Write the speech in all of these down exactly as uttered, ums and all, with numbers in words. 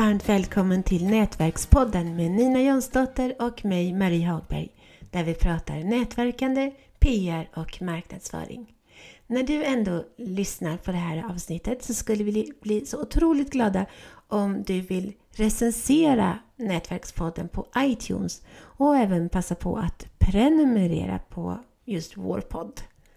Varmt välkommen till Nätverkspodden med Nina Jonsdotter och mig, Marie Hagberg, där vi pratar nätverkande, P R och marknadsföring. När du ändå lyssnar på det här avsnittet så skulle vi bli så otroligt glada om du vill recensera Nätverkspodden på iTunes och även passa på att prenumerera på just vår podd.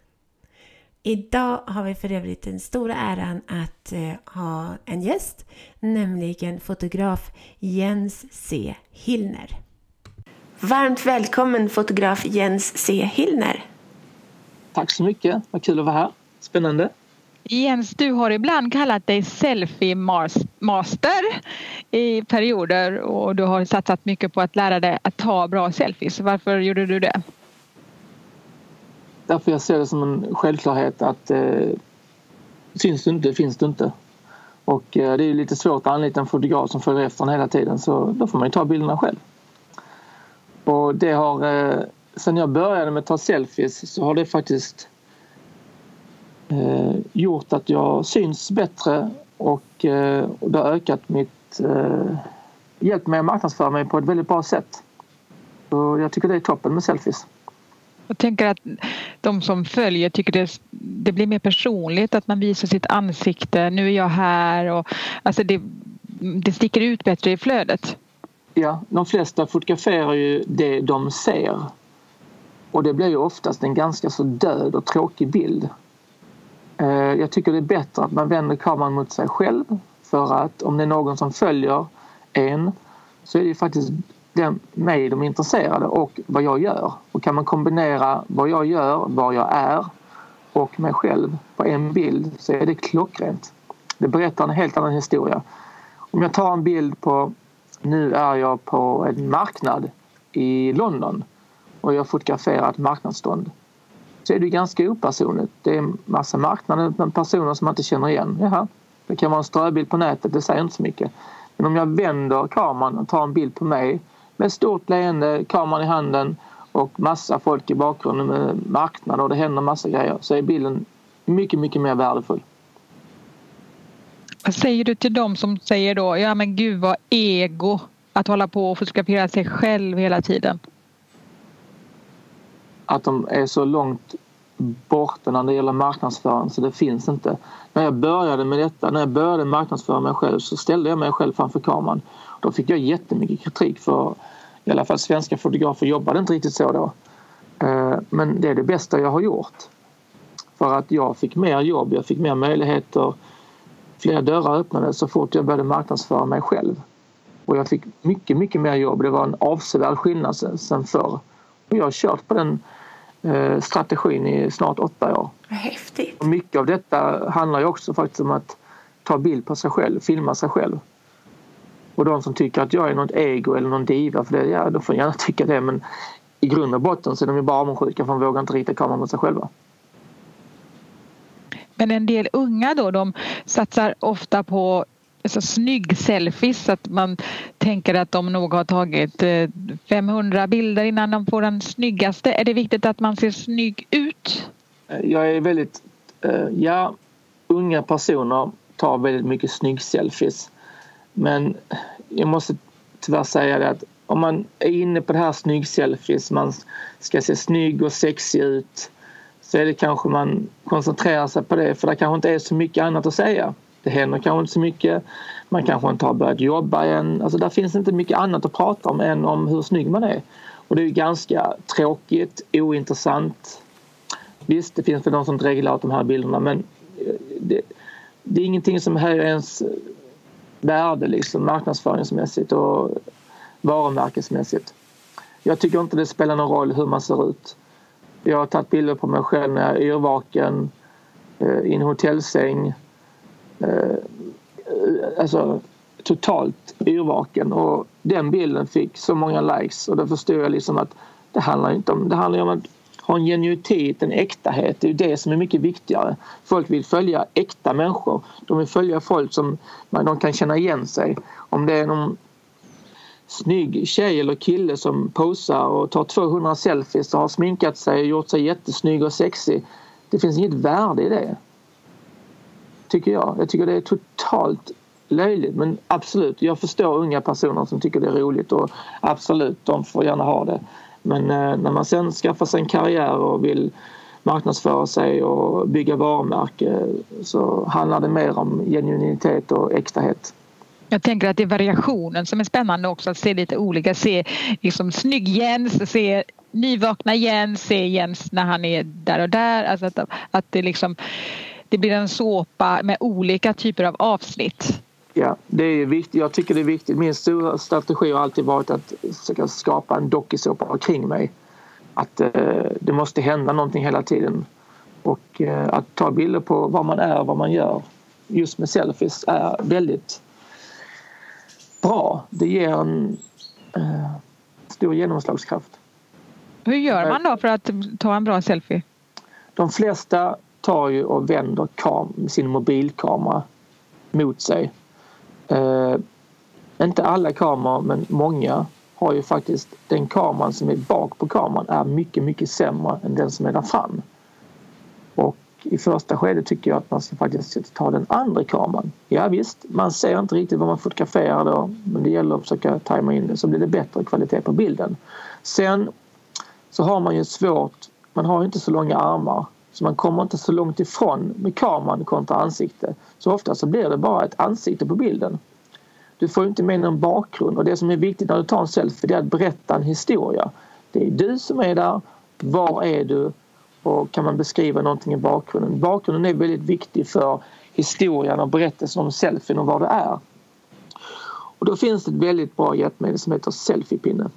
Idag har vi för övrigt den stora äran att eh, ha en gäst, nämligen fotograf Jens C. Hillner. Varmt välkommen fotograf Jens C. Hillner. Tack så mycket, vad kul att vara här. Spännande. Jens, du har ibland kallat dig selfie master i perioder och du har satsat mycket på att lära dig att ta bra selfies. Varför gjorde du det? Därför jag ser det som en självklarhet att eh, syns det inte, finns det inte. Och eh, det är lite svårt att anlita en fotograf som följer efter den hela tiden, så då får man ju ta bilderna själv. Och det har, eh, sen jag började med att ta selfies så har det faktiskt eh, gjort att jag syns bättre och, eh, och det har ökat mitt, eh, hjälpt mig att marknadsföra mig på ett väldigt bra sätt. Så jag tycker det är toppen med selfies. Jag tänker att de som följer tycker det, det blir mer personligt, att man visar sitt ansikte. Nu är jag här och alltså det, det sticker ut bättre i flödet. Ja, de flesta fotograferar ju det de ser. Och det blir ju oftast en ganska så död och tråkig bild. Jag tycker det är bättre att man vänder kameran mot sig själv. För att om det är någon som följer en så är det ju faktiskt den, mig de är intresserade och vad jag gör. Och kan man kombinera vad jag gör, var jag är och mig själv på en bild så är det klockrent. Det berättar en helt annan historia. Om jag tar en bild på, nu är jag på en marknad i London och jag fotograferar ett marknadsstånd, så är det ganska opersonligt. Det är massa marknader med personer som man inte känner igen. Jaha, det kan vara en ströbild på nätet, det säger inte så mycket. Men om jag vänder kameran och tar en bild på mig med stort leende, kameran i handen och massa folk i bakgrunden med marknader och det händer massa grejer, så är bilden mycket, mycket mer värdefull. Vad säger du till dem som säger då, ja men gud vad ego att hålla på och fotografera sig själv hela tiden? Att de är så långt borta när det gäller marknadsföring så det finns inte. När jag började med detta, när jag började marknadsföra mig själv så ställde jag mig själv framför kameran. Då fick jag jättemycket kritik för i alla fall svenska fotografer jobbade inte riktigt så då. Men det är det bästa jag har gjort. För att jag fick mer jobb, jag fick mer möjligheter, fler dörrar öppnades så fort jag började marknadsföra mig själv. Och jag fick mycket, mycket mer jobb. Det var en avsevärd skillnad sen förr. Och jag har kört på den eh, strategin i snart åtta år. Häftigt. Och mycket av detta handlar ju också faktiskt om att ta bild på sig själv, filma sig själv. Och de som tycker att jag är något ego eller någon diva, för det, ja, de får gärna tycka det, men i grund och botten så är de ju bara avundsjuka för de vågar inte rita kameran mot sig själva. Men en del unga då, de satsar ofta på så snygg selfies, att man tänker att de nog har tagit femhundra bilder innan de får den snyggaste. Är det viktigt att man ser snygg ut? Jag är väldigt, ja, unga personer tar väldigt mycket snygg selfies. Men jag måste tyvärr säga det att om man är inne på det här snygg selfies, man ska se snygg och sexig ut, så är det kanske man koncentrerar sig på det, för det kanske inte är så mycket annat att säga. Det händer kanske inte så mycket, man kanske inte har börjat jobba än. Alltså där finns inte mycket annat att prata om än om hur snygg man är. Och det är ju ganska tråkigt, ointressant. Visst, det finns väl de som dreglar åt de här bilderna, men det, det är ingenting som höjer ens värde liksom, marknadsföringsmässigt och varumärkesmässigt. Jag tycker inte det spelar någon roll hur man ser ut. Jag har tagit bilder på mig själv när jag är yrvaken, i en hotellsäng, alltså totalt yrvaken, och den bilden fick så många likes, och då förstår jag liksom att det handlar inte om, det handlar om att ha en genuitet, en äktahet. Det är ju det som är mycket viktigare. Folk vill följa äkta människor. De vill följa folk som de kan känna igen sig. Om det är någon snygg tjej eller kille som posar och tar tvåhundra selfies och har sminkat sig och gjort sig jättesnygg och sexig, det finns inget värde i det, tycker jag. Jag tycker det är totalt löjligt, men absolut, jag förstår unga personer som tycker det är roligt och absolut, de får gärna ha det. Men eh, när man sen skaffar sig en karriär och vill marknadsföra sig och bygga varumärke så handlar det mer om genuinitet och äktahet. Jag tänker att det är variationen som är spännande också, att se lite olika, se liksom snygg Jens, se nyvakna Jens, se Jens när han är där och där, alltså att, att det liksom det blir en såpa med olika typer av avsnitt. Ja, det är viktigt. Jag tycker det är viktigt. Min stora strategi har alltid varit att försöka skapa en dokusåpa kring mig. Att eh, det måste hända någonting hela tiden. Och eh, att ta bilder på vad man är och vad man gör. Just med selfies är väldigt bra. Det ger en eh, stor genomslagskraft. Hur gör man då för att ta en bra selfie? De flesta tar ju och vänder kam- sin mobilkamera mot sig. Eh, inte alla kameror, men många har ju faktiskt den kameran som är bak på kameran är mycket, mycket sämre än den som är där fram. Och i första skedet tycker jag att man ska faktiskt ta den andra kameran. Ja visst, man ser inte riktigt vad man fotograferar då, men det gäller att försöka tajma in det så blir det bättre kvalitet på bilden. Sen så har man ju svårt, man har inte så långa armar så man kommer inte så långt ifrån med kameran kontra ansikte. Så ofta så blir det bara ett ansikte på bilden. Du får inte med någon bakgrund och det som är viktigt när du tar en selfie det är att berätta en historia. Det är du som är där, var är du och kan man beskriva någonting i bakgrunden. Bakgrunden är väldigt viktig för historien och berättelsen om selfien och vad det är. Och då finns det ett väldigt bra hjälpmedel som heter selfiepinne.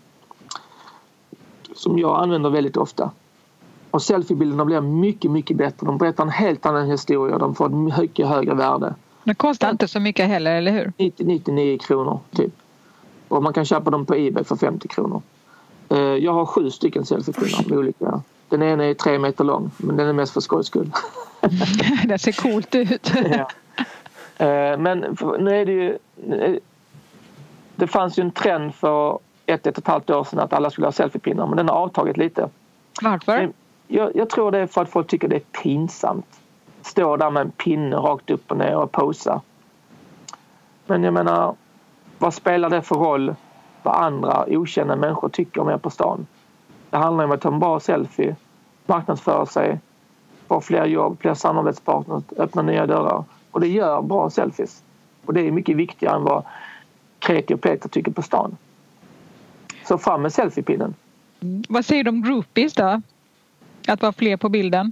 Som jag använder väldigt ofta. Och selfiebilderna blir mycket, mycket bättre. De berättar en helt annan historia och de får ett mycket högre värde. Det kostar inte så mycket heller, eller hur? nittio, nittionio kronor typ. Och man kan köpa dem på eBay för femtio kronor. Jag har sju stycken selfiepinnar med olika. Den ena är tre meter lång, men den är mest för skojs skull. Det ser coolt ut. Ja. Men nu är det ju... Det fanns ju en trend för ett, ett och ett halvt år sedan att alla skulle ha selfiepinnar, men den har avtagit lite. Varför? Jag, jag tror det är för att folk tycker det är pinsamt. Stå där med en pinne rakt upp och ner och posa. Men jag menar, vad spelar det för roll vad andra okända människor tycker om er på stan? Det handlar om att ta en bra selfie, marknadsföra sig, få fler jobb, fler samarbetspartner, öppna nya dörrar. Och det gör bra selfies. Och det är mycket viktigare än vad Kreti och Peter tycker på stan. Så fram med selfiepinnen. Mm. Vad säger du om groupies då? Att vara fler på bilden?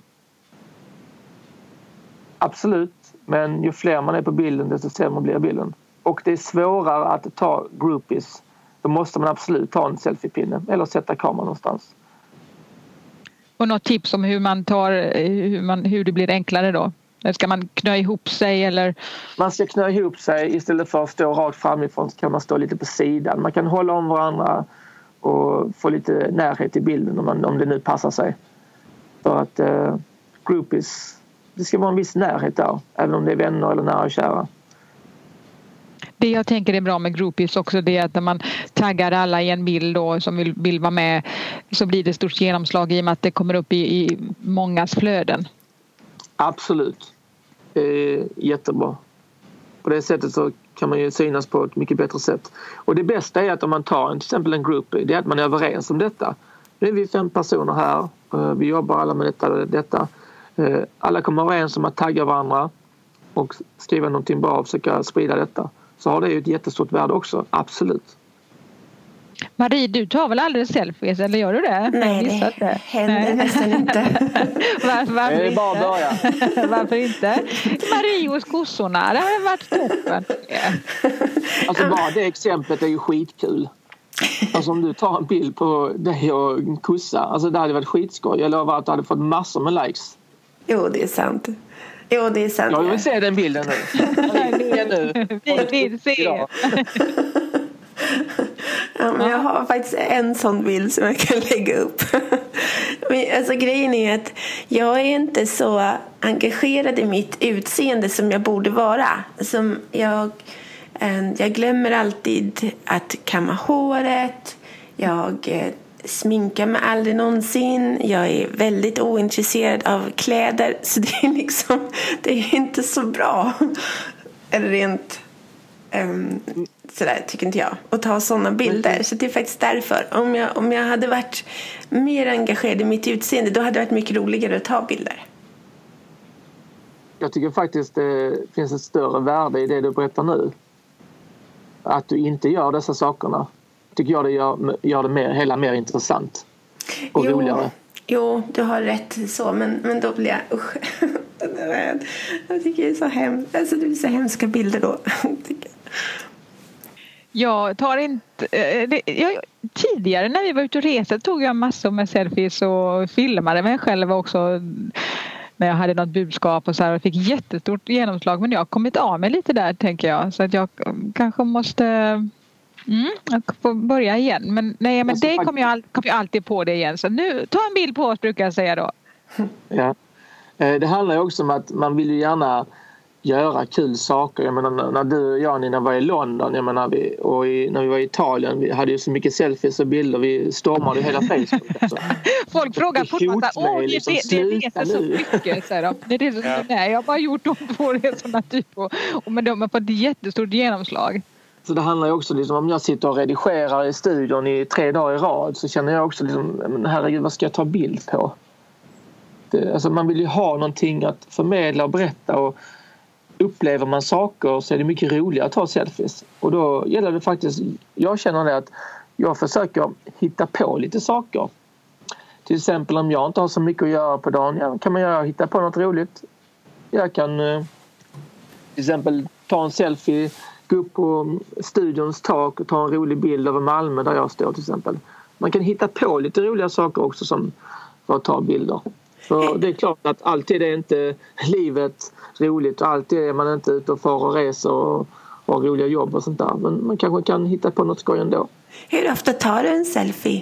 Absolut, men ju fler man är på bilden desto sämre blir bilden. Och det är svårare att ta groupies. Då måste man absolut ta en selfiepinne eller sätta kameran någonstans. Och något tips om hur man tar, hur, man, hur det blir enklare då? Ska man knö ihop sig eller? Man ska knö ihop sig istället för att stå rakt framifrån så kan man stå lite på sidan. Man kan hålla om varandra och få lite närhet i bilden om, man, om det nu passar sig. För att eh, groupies, det ska vara en viss närhet där, även om det är vänner eller nära och kära. Det jag tänker är bra med groupies också, det är att när man taggar alla i en bild då, som vill, vill vara med, så blir det stort genomslag i och med att det kommer upp i, i mångas flöden. Absolut. Eh, jättebra. På det sättet så kan man ju synas på ett mycket bättre sätt. Och det bästa är att om man tar en, till exempel en groupie, det är att man är överens om detta. Nu är vi fem personer här. Vi jobbar alla med detta och detta. Alla kommer överens om att tagga varandra och skriva någonting bra och försöka sprida detta. Så har det ju ett jättestort värde också. Absolut. Marie, du tar väl aldrig selfies, eller gör du det? Nej, det, det händer Nej. nästan inte. Var, varför det är bara att börja. Varför inte? Marie och kossorna, det har varit toppen. Yeah. Alltså bara det exemplet är ju skitkul. Alltså om du tar en bild på dig och en kossa, alltså det hade varit skitskoj. Jag lovar att du hade fått massor med likes. Jo, det är sant. Jo, det är sant. Jag vill se den bilden nu. nu. Vi vill se. Ja, men jag har faktiskt en sån bild som jag kan lägga upp. Men alltså grejen är att jag är inte så engagerad i mitt utseende som jag borde vara. Som jag, jag glömmer alltid att kamma håret. Jag sminkar mig aldrig någonsin. Jag är väldigt ointresserad av kläder. Så det är liksom, det är inte så bra. Eller rent Um, sådär tycker inte jag. Och ta sådana bilder. Så det är faktiskt därför. Om jag, om jag hade varit mer engagerad i mitt utseende, då hade det varit mycket roligare att ta bilder. Jag tycker faktiskt det finns ett större värde i det du berättar nu. Att du inte gör dessa sakerna. Tycker jag det gör, gör det mer, hela mer intressant. Och jo, roligare. Jo, du har rätt så. Men, men då blir jag... Usch. Jag tycker det är så hemskt. Alltså det är så hemska bilder då. Jag tar inte... Det, jag, tidigare när vi var ute och reste tog jag massor med selfies och filmade mig själv också när jag hade något budskap och så här, och fick jättestort genomslag. Men jag har kommit av mig lite där, tänker jag. Så att jag kanske måste... Mm, jag får börja igen. Men nej, men alltså, det kommer jag, kommer jag alltid på det igen. Så nu, ta en bild på oss, brukar jag säga då. Ja. Det handlar ju också om att man vill ju gärna göra kul saker. Jag menar, när du och jag, Nina, var i London, jag menar, vi, och i, när vi var i Italien, vi hade ju så mycket selfies och bilder, vi stormade hela Facebook. Alltså. Folk frågar fortfarande, åh, det, liksom, det, det reser så mycket. Så här, det är så, ja. Nej, jag har bara gjort de två resorna typ, och, och, men de har fått jättestort genomslag. Så det handlar ju också liksom, om jag sitter och redigerar i studion i tre dagar i rad, så känner jag också liksom, herregud, vad ska jag ta bild på? Det, alltså man vill ju ha någonting att förmedla och berätta, och upplever man saker så är det mycket roligare att ta selfies. Och då gäller det faktiskt, jag känner det att jag försöker hitta på lite saker. Till exempel om jag inte har så mycket att göra på dagen, ja, kan man göra, hitta på något roligt. Jag kan till exempel ta en selfie, gå upp på studions tak och ta en rolig bild över Malmö där jag står till exempel. Man kan hitta på lite roliga saker också som för att ta bilder. Så det är klart att alltid är inte livet roligt och alltid är man inte ute och far och reser och har roliga jobb och sånt där. Men man kanske kan hitta på något skoj ändå. Hur ofta tar du en selfie?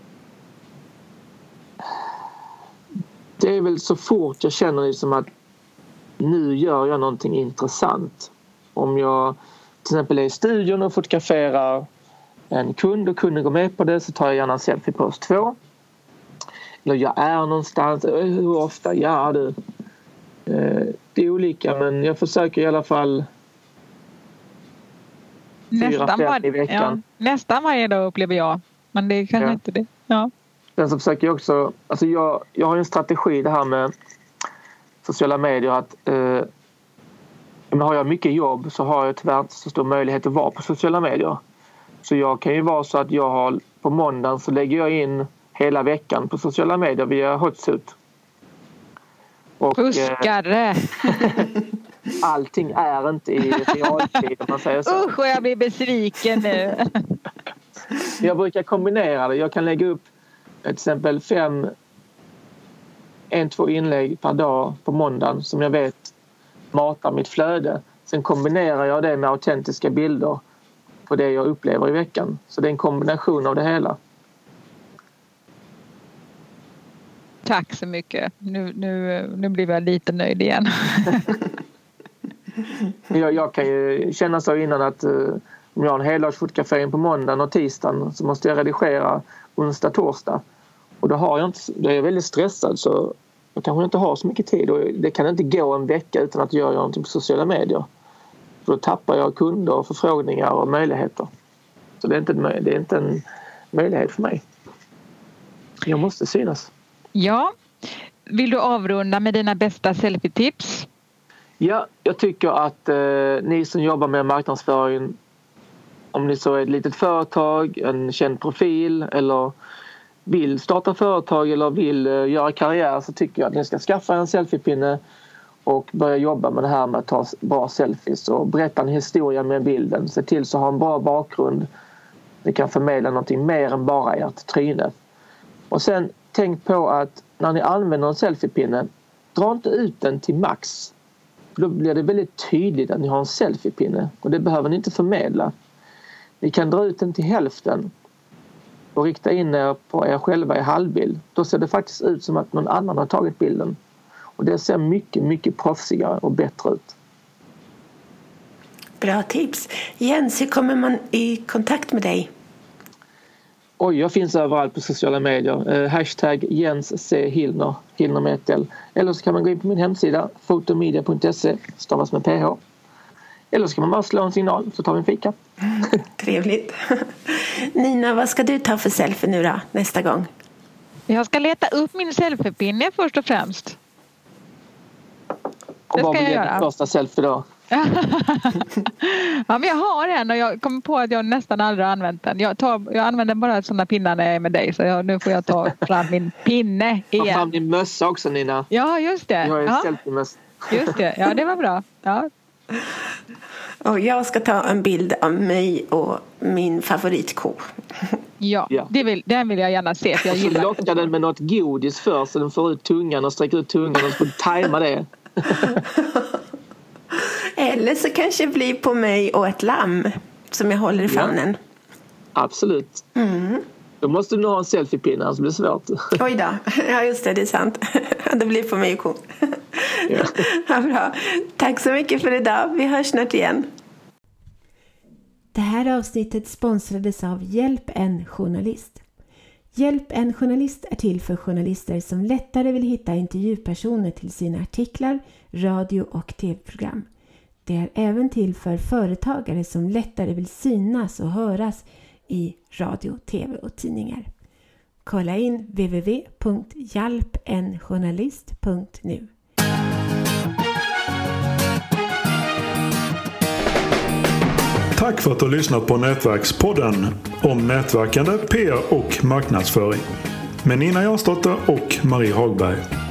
Det är väl så fort jag känner liksom att nu gör jag någonting intressant. Om jag till exempel är i studion och fotograferar en kund och kunden går med på det, så tar jag gärna en selfie på oss två. Eller jag är någonstans, hur ofta? Ja, det, det är olika, men jag försöker i alla fall nästan fyra, fem i veckan. Ja, nästan varje dag upplever jag, men det kanske ja. inte det. Ja. Sen så försöker jag också, alltså jag, jag har en strategi det här med sociala medier att eh, men har jag mycket jobb så har jag tyvärr inte så stor möjlighet att vara på sociala medier. Så jag kan ju vara så att jag har på måndagen så lägger jag in hela veckan på sociala medier via Hotsuit. Och, Puskare! Eh, allting är inte i realtid, om man säger så. Usch, jag blir besviken nu. Jag brukar kombinera det. Jag kan lägga upp till exempel fem, en, två inlägg per dag på måndagen som jag vet matar mitt flöde. Sen kombinerar jag det med autentiska bilder på det jag upplever i veckan. Så det är en kombination av det hela. Tack så mycket. Nu, nu, nu blir jag lite nöjd igen. jag, jag kan ju känna så innan att uh, om jag har en heldagsfotografering på måndagen och tisdagen så måste jag redigera onsdag, torsdag. Och då har jag inte, då är jag väldigt stressad, så jag kanske inte har så mycket tid. Och det kan inte gå en vecka utan att göra någonting på sociala medier. För då tappar jag kunder, förfrågningar och möjligheter. Så det är inte, det är inte en möjlighet för mig. Jag måste synas. Ja, vill du avrunda med dina bästa selfie-tips? Ja, jag tycker att eh, ni som jobbar med marknadsföring, om ni så är ett litet företag, en känd profil eller vill starta företag eller vill eh, göra karriär, så tycker jag att ni ska skaffa en selfiepinne och börja jobba med det här med att ta bra selfies och berätta en historia med bilden. Se till så ha en bra bakgrund. Ni kan förmedla någonting mer än bara ert tryne. Och sen tänk på att när ni använder en selfiepinne, dra inte ut den till max. Då blir det väldigt tydligt att ni har en selfiepinne och det behöver ni inte förmedla. Ni kan dra ut den till hälften och rikta in er på er själva i halvbild. Då ser det faktiskt ut som att någon annan har tagit bilden. Och det ser mycket, mycket proffsigare och bättre ut. Bra tips. Jens, hur kommer man i kontakt med dig? Oj, jag finns överallt på sociala medier. Eh, hashtag Jens C. Hillner, Hillner med ett L. Eller så kan man gå in på min hemsida fotomedia punkt se, stavas med ph. Eller ska man bara slå en signal så tar vi en fika. Trevligt. Nina, vad ska du ta för selfie nu då nästa gång? Jag ska leta upp min selfiepinne först och främst. Och vad blir din första selfie då? Ja, men jag har en och jag kommer på att jag nästan aldrig har använt den. Jag, tar, jag använder bara sådana pinnar när jag är med dig, så jag, nu får jag ta fram min pinne igen. Ta fram din mössa också, Nina. Ja, just det. Jag har ju ja. selfie-mössa. Just det, ja det var bra. Ja. Och jag ska ta en bild av mig och min favoritko. Ja, ja. Det vill, den vill jag gärna se. För jag och så gillar lockar den med något godis först så den får ut tungan och sträcker ut tungan och så får tajma det. Eller så kanske det blir på mig och ett lamm som jag håller i famnen. Ja, absolut. Mm. Då måste du nog ha en selfiepinne, annars blir det svårt. Oj då, ja just det, det är sant. Det blir på mig och kon. Ja. Ja, bra. Tack så mycket för idag. Vi hörs snart igen. Det här avsnittet sponsrades av Hjälp en journalist. Hjälp en journalist är till för journalister som lättare vill hitta intervjupersoner till sina artiklar, radio- och tv-program. Det är även till för företagare som lättare vill synas och höras i radio, tv och tidningar. Kolla in w w w punkt hjälp en journalist punkt nu. Tack för att du har lyssnat på Nätverkspodden om nätverkande, P R och marknadsföring med Nina Jansdotter och Marie Hagberg.